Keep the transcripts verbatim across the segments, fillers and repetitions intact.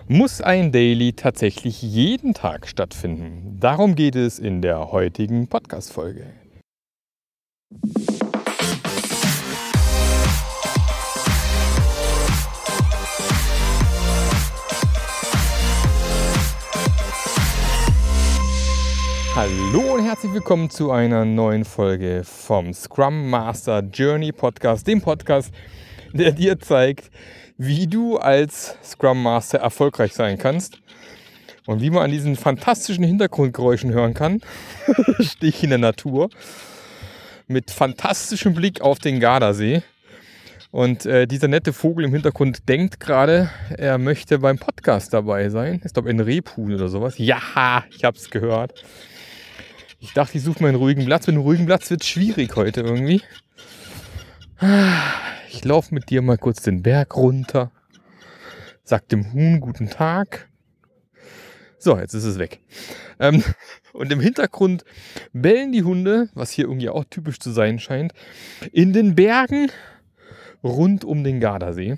Muss ein Daily tatsächlich jeden Tag stattfinden? Darum geht es in der heutigen Podcast-Folge. Hallo und herzlich willkommen zu einer neuen Folge vom Scrum Master Journey Podcast, dem Podcast, der dir zeigt, wie du als Scrum Master erfolgreich sein kannst. Und wie man an diesen fantastischen Hintergrundgeräuschen hören kann, stehe ich in der Natur mit fantastischem Blick auf den Gardasee. Und äh, dieser nette Vogel im Hintergrund denkt gerade, er möchte beim Podcast dabei sein. Ich glaube in Rebhuhn oder sowas. Ja, ich habe es gehört. Ich dachte, ich suche mal einen ruhigen Platz. Mit einem ruhigen Platz wird es schwierig heute irgendwie. Ich laufe mit dir mal kurz den Berg runter. Sag dem Huhn guten Tag. So, jetzt ist es weg. Ähm, und im Hintergrund bellen die Hunde, was hier irgendwie auch typisch zu sein scheint, in den Bergen rund um den Gardasee.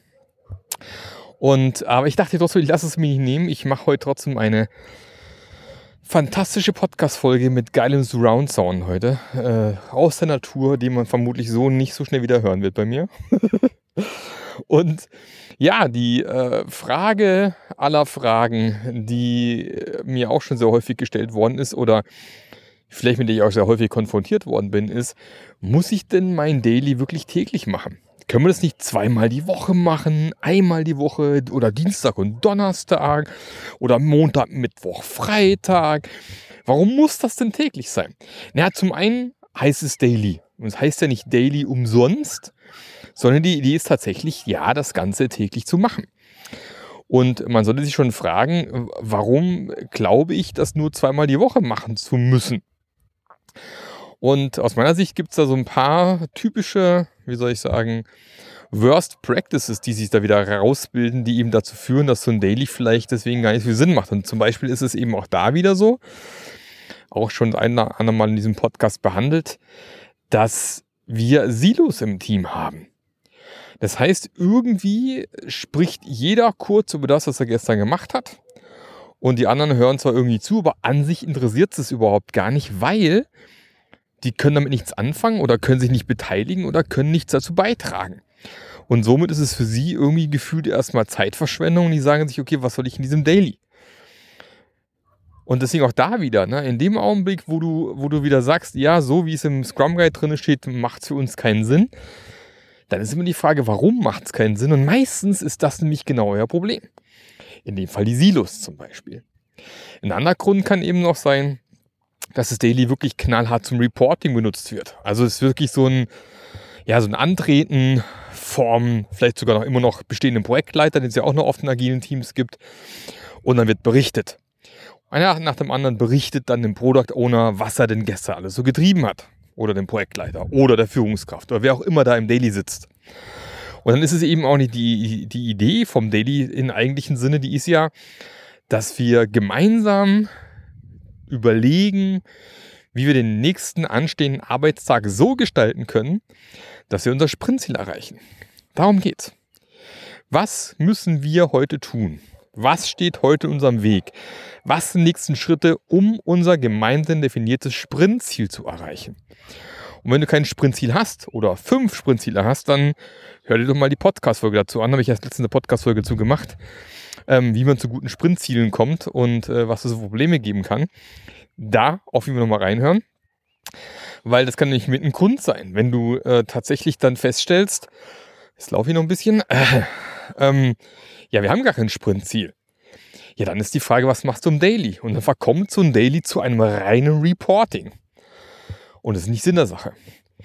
Und, aber ich dachte trotzdem, ich lasse es mir nicht nehmen. Ich mache heute trotzdem eine fantastische Podcast-Folge mit geilem Surround-Sound heute. Äh, aus der Natur, die man vermutlich so nicht so schnell wieder hören wird bei mir. Und ja, die äh, Frage aller Fragen, die mir auch schon sehr häufig gestellt worden ist oder vielleicht mit der ich auch sehr häufig konfrontiert worden bin, ist, muss ich denn mein Daily wirklich täglich machen? Können wir das nicht zweimal die Woche machen, einmal die Woche oder Dienstag und Donnerstag oder Montag, Mittwoch, Freitag? Warum muss das denn täglich sein? Naja, zum einen heißt es Daily. Und es heißt ja nicht Daily umsonst, sondern die Idee ist tatsächlich, ja, das Ganze täglich zu machen. Und man sollte sich schon fragen, warum glaube ich, das nur zweimal die Woche machen zu müssen? Und aus meiner Sicht gibt es da so ein paar typische, wie soll ich sagen, Worst Practices, die sich da wieder herausbilden, die eben dazu führen, dass so ein Daily vielleicht deswegen gar nicht so viel Sinn macht. Und zum Beispiel ist es eben auch da wieder so, auch schon ein oder andere Mal in diesem Podcast behandelt, dass wir Silos im Team haben. Das heißt, irgendwie spricht jeder kurz über das, was er gestern gemacht hat. Und die anderen hören zwar irgendwie zu, aber an sich interessiert es überhaupt gar nicht, weil die können damit nichts anfangen oder können sich nicht beteiligen oder können nichts dazu beitragen. Und somit ist es für sie irgendwie gefühlt erstmal Zeitverschwendung und die sagen sich, okay, was soll ich in diesem Daily? Und deswegen auch da wieder, ne, in dem Augenblick, wo du, wo du wieder sagst, ja, so wie es im Scrum Guide drin steht, macht es für uns keinen Sinn, dann ist immer die Frage, warum macht es keinen Sinn? Und meistens ist das nämlich genau euer Problem. In dem Fall die Silos zum Beispiel. Ein anderer Grund kann eben noch sein, dass das Daily wirklich knallhart zum Reporting benutzt wird. Also es ist wirklich so ein, ja, so ein Antreten vom vielleicht sogar noch immer noch bestehenden Projektleiter, den es ja auch noch oft in agilen Teams gibt. Und dann wird berichtet. Einer nach dem anderen berichtet dann dem Product Owner, was er denn gestern alles so getrieben hat. Oder dem Projektleiter oder der Führungskraft oder wer auch immer da im Daily sitzt. Und dann ist es eben auch nicht die, die Idee vom Daily im eigentlichen Sinne, die ist ja, dass wir gemeinsam überlegen, wie wir den nächsten anstehenden Arbeitstag so gestalten können, dass wir unser Sprintziel erreichen. Darum geht's. Was müssen wir heute tun? Was steht heute in unserem Weg? Was sind die nächsten Schritte, um unser gemeinsam definiertes Sprintziel zu erreichen? Und wenn du kein Sprintziel hast oder fünf Sprintziele hast, dann hör dir doch mal die Podcast-Folge dazu an. Da habe ich erst letztens eine Podcast-Folge zu gemacht, ähm, wie man zu guten Sprintzielen kommt und äh, was es so Probleme geben kann. Da auf jeden Fall nochmal reinhören, weil das kann nämlich mit einem Grund sein. Wenn du äh, tatsächlich dann feststellst, jetzt laufe ich noch ein bisschen, äh, ähm, ja, wir haben gar kein Sprintziel. Ja, dann ist die Frage, was machst du im Daily? Und dann verkommt so ein Daily zu einem reinen Reporting. Und das ist nicht Sinn der Sache.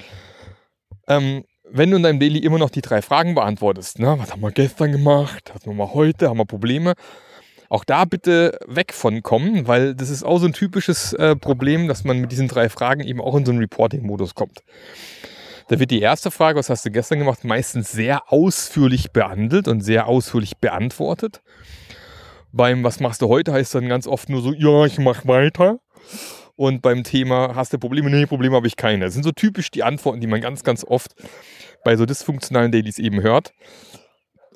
Ähm, wenn du in deinem Daily immer noch die drei Fragen beantwortest, ne, was haben wir gestern gemacht, was haben wir heute, haben wir Probleme, auch da bitte weg von kommen, weil das ist auch so ein typisches äh, Problem, dass man mit diesen drei Fragen eben auch in so einen Reporting-Modus kommt. Da wird die erste Frage, was hast du gestern gemacht, meistens sehr ausführlich behandelt und sehr ausführlich beantwortet. Beim was machst du heute heißt dann ganz oft nur so, ja, ich mach weiter. Und beim Thema, hast du Probleme? Nee, Probleme habe ich keine. Das sind so typisch die Antworten, die man ganz, ganz oft bei so dysfunktionalen Dailies eben hört.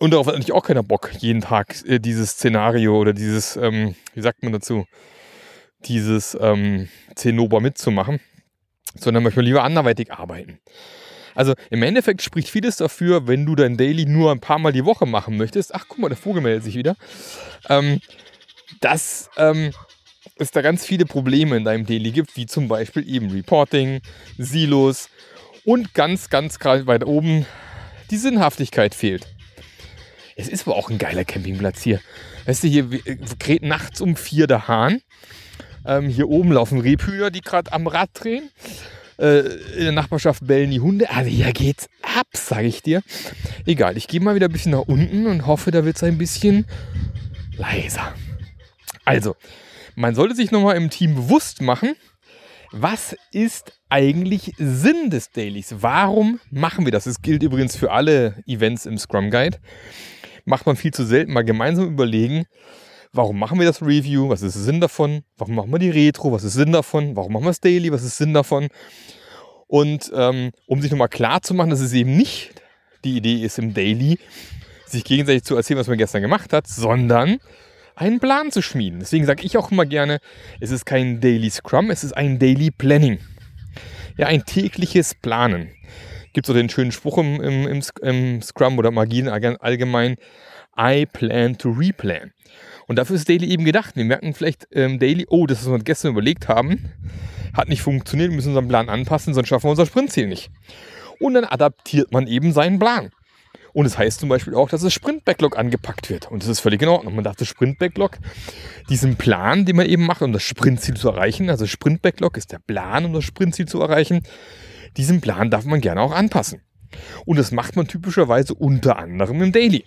Und darauf hat natürlich auch keiner Bock, jeden Tag äh, dieses Szenario oder dieses, ähm, wie sagt man dazu, dieses ähm, Zinnober mitzumachen, sondern möchte lieber anderweitig arbeiten. Also im Endeffekt spricht vieles dafür, wenn du dein Daily nur ein paar Mal die Woche machen möchtest. Ach, guck mal, der Vogel meldet sich wieder. Ähm, dass ähm, es da ganz viele Probleme in deinem Daily gibt, wie zum Beispiel eben Reporting, Silos und ganz, ganz gerade weit oben die Sinnhaftigkeit fehlt. Es ist aber auch ein geiler Campingplatz hier. Weißt du, hier kräht nachts um vier der Hahn. Ähm, hier oben laufen Rebhühner, die gerade am Rad drehen. In der Nachbarschaft bellen die Hunde. Also hier geht's ab, sage ich dir. Egal, ich gehe mal wieder ein bisschen nach unten und hoffe, da wird es ein bisschen leiser. Also, man sollte sich nochmal im Team bewusst machen, was ist eigentlich Sinn des Dailies? Warum machen wir das? Das gilt übrigens für alle Events im Scrum Guide. Macht man viel zu selten, mal gemeinsam überlegen, warum machen wir das Review? Was ist der Sinn davon? Warum machen wir die Retro? Was ist Sinn davon? Warum machen wir das Daily? Was ist Sinn davon? Und ähm, um sich nochmal klar zu machen, dass es eben nicht die Idee ist, im Daily sich gegenseitig zu erzählen, was man gestern gemacht hat, sondern einen Plan zu schmieden. Deswegen sage ich auch immer gerne, es ist kein Daily Scrum, es ist ein Daily Planning. Ja, ein tägliches Planen. Gibt es auch den schönen Spruch im, im, im, im Scrum oder Magie allgemein, I plan to replan. Und dafür ist Daily eben gedacht. Wir merken vielleicht ähm, Daily, oh, das, was wir gestern überlegt haben, hat nicht funktioniert, wir müssen unseren Plan anpassen, sonst schaffen wir unser Sprintziel nicht. Und dann adaptiert man eben seinen Plan. Und das heißt zum Beispiel auch, dass das Sprint-Backlog angepackt wird. Und das ist völlig in Ordnung. Man darf das Sprint-Backlog, diesen Plan, den man eben macht, um das Sprintziel zu erreichen, also Sprint-Backlog ist der Plan, um das Sprintziel zu erreichen, diesen Plan darf man gerne auch anpassen. Und das macht man typischerweise unter anderem im Daily.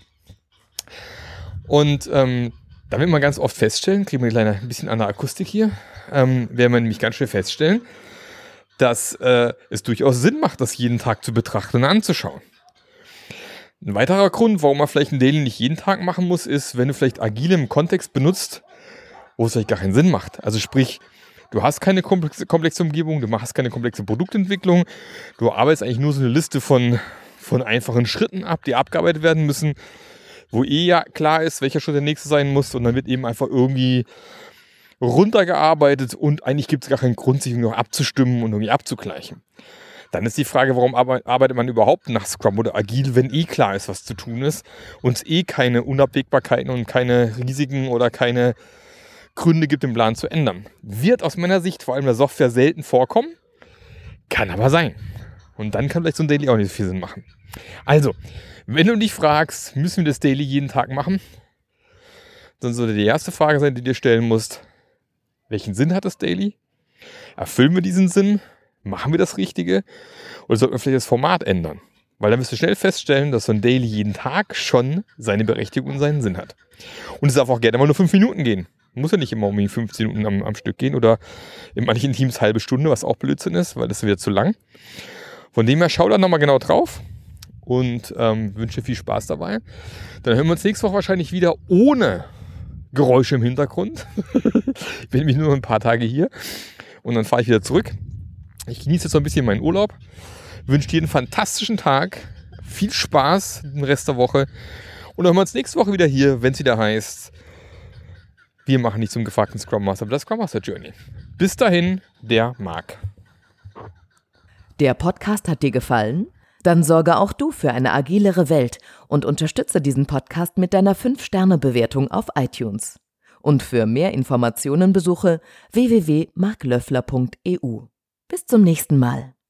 Und ähm, da wird man ganz oft feststellen, kriegen wir gleich ein bisschen an der Akustik hier, ähm, werden wir nämlich ganz schnell feststellen, dass äh, es durchaus Sinn macht, das jeden Tag zu betrachten und anzuschauen. Ein weiterer Grund, warum man vielleicht ein Daily nicht jeden Tag machen muss, ist, wenn du vielleicht agil im Kontext benutzt, wo es vielleicht gar keinen Sinn macht. Also sprich, du hast keine komplexe, komplexe Umgebung, du machst keine komplexe Produktentwicklung, du arbeitest eigentlich nur so eine Liste von, von einfachen Schritten ab, die abgearbeitet werden müssen, wo eh ja klar ist, welcher Schritt der nächste sein muss und dann wird eben einfach irgendwie runtergearbeitet und eigentlich gibt es gar keinen Grund, sich noch abzustimmen und irgendwie abzugleichen. Dann ist die Frage, warum arbeitet man überhaupt nach Scrum oder Agil, wenn eh klar ist, was zu tun ist und es eh keine Unabwägbarkeiten und keine Risiken oder keine Gründe gibt, den Plan zu ändern. Wird aus meiner Sicht vor allem in der Software selten vorkommen, kann aber sein. Und dann kann vielleicht so ein Daily auch nicht so viel Sinn machen. Also, wenn du dich fragst, müssen wir das Daily jeden Tag machen, dann sollte die erste Frage sein, die du dir stellen musst, welchen Sinn hat das Daily? Erfüllen wir diesen Sinn? Machen wir das Richtige? Oder sollten wir vielleicht das Format ändern? Weil dann wirst du schnell feststellen, dass so ein Daily jeden Tag schon seine Berechtigung und seinen Sinn hat. Und es darf auch gerne mal nur fünf Minuten gehen. Muss ja nicht immer um fünfzehn Minuten am, am Stück gehen oder in manchen Teams halbe Stunde, was auch Blödsinn ist, weil das ist wieder zu lang. Von dem her, schau da nochmal genau drauf und ähm, wünsche viel Spaß dabei. Dann hören wir uns nächste Woche wahrscheinlich wieder ohne Geräusche im Hintergrund. Ich bin nämlich nur ein paar Tage hier und dann fahre ich wieder zurück. Ich genieße jetzt noch ein bisschen meinen Urlaub, wünsche dir einen fantastischen Tag, viel Spaß den Rest der Woche und dann hören wir uns nächste Woche wieder hier, wenn es wieder heißt, wir machen nicht zum gefragten Scrum Master, aber das Scrum Master Journey. Bis dahin, der Marc. Der Podcast hat dir gefallen? Dann sorge auch du für eine agilere Welt und unterstütze diesen Podcast mit deiner fünf Sterne Bewertung auf iTunes. Und für mehr Informationen besuche w w w punkt marc löffler punkt e u. Bis zum nächsten Mal.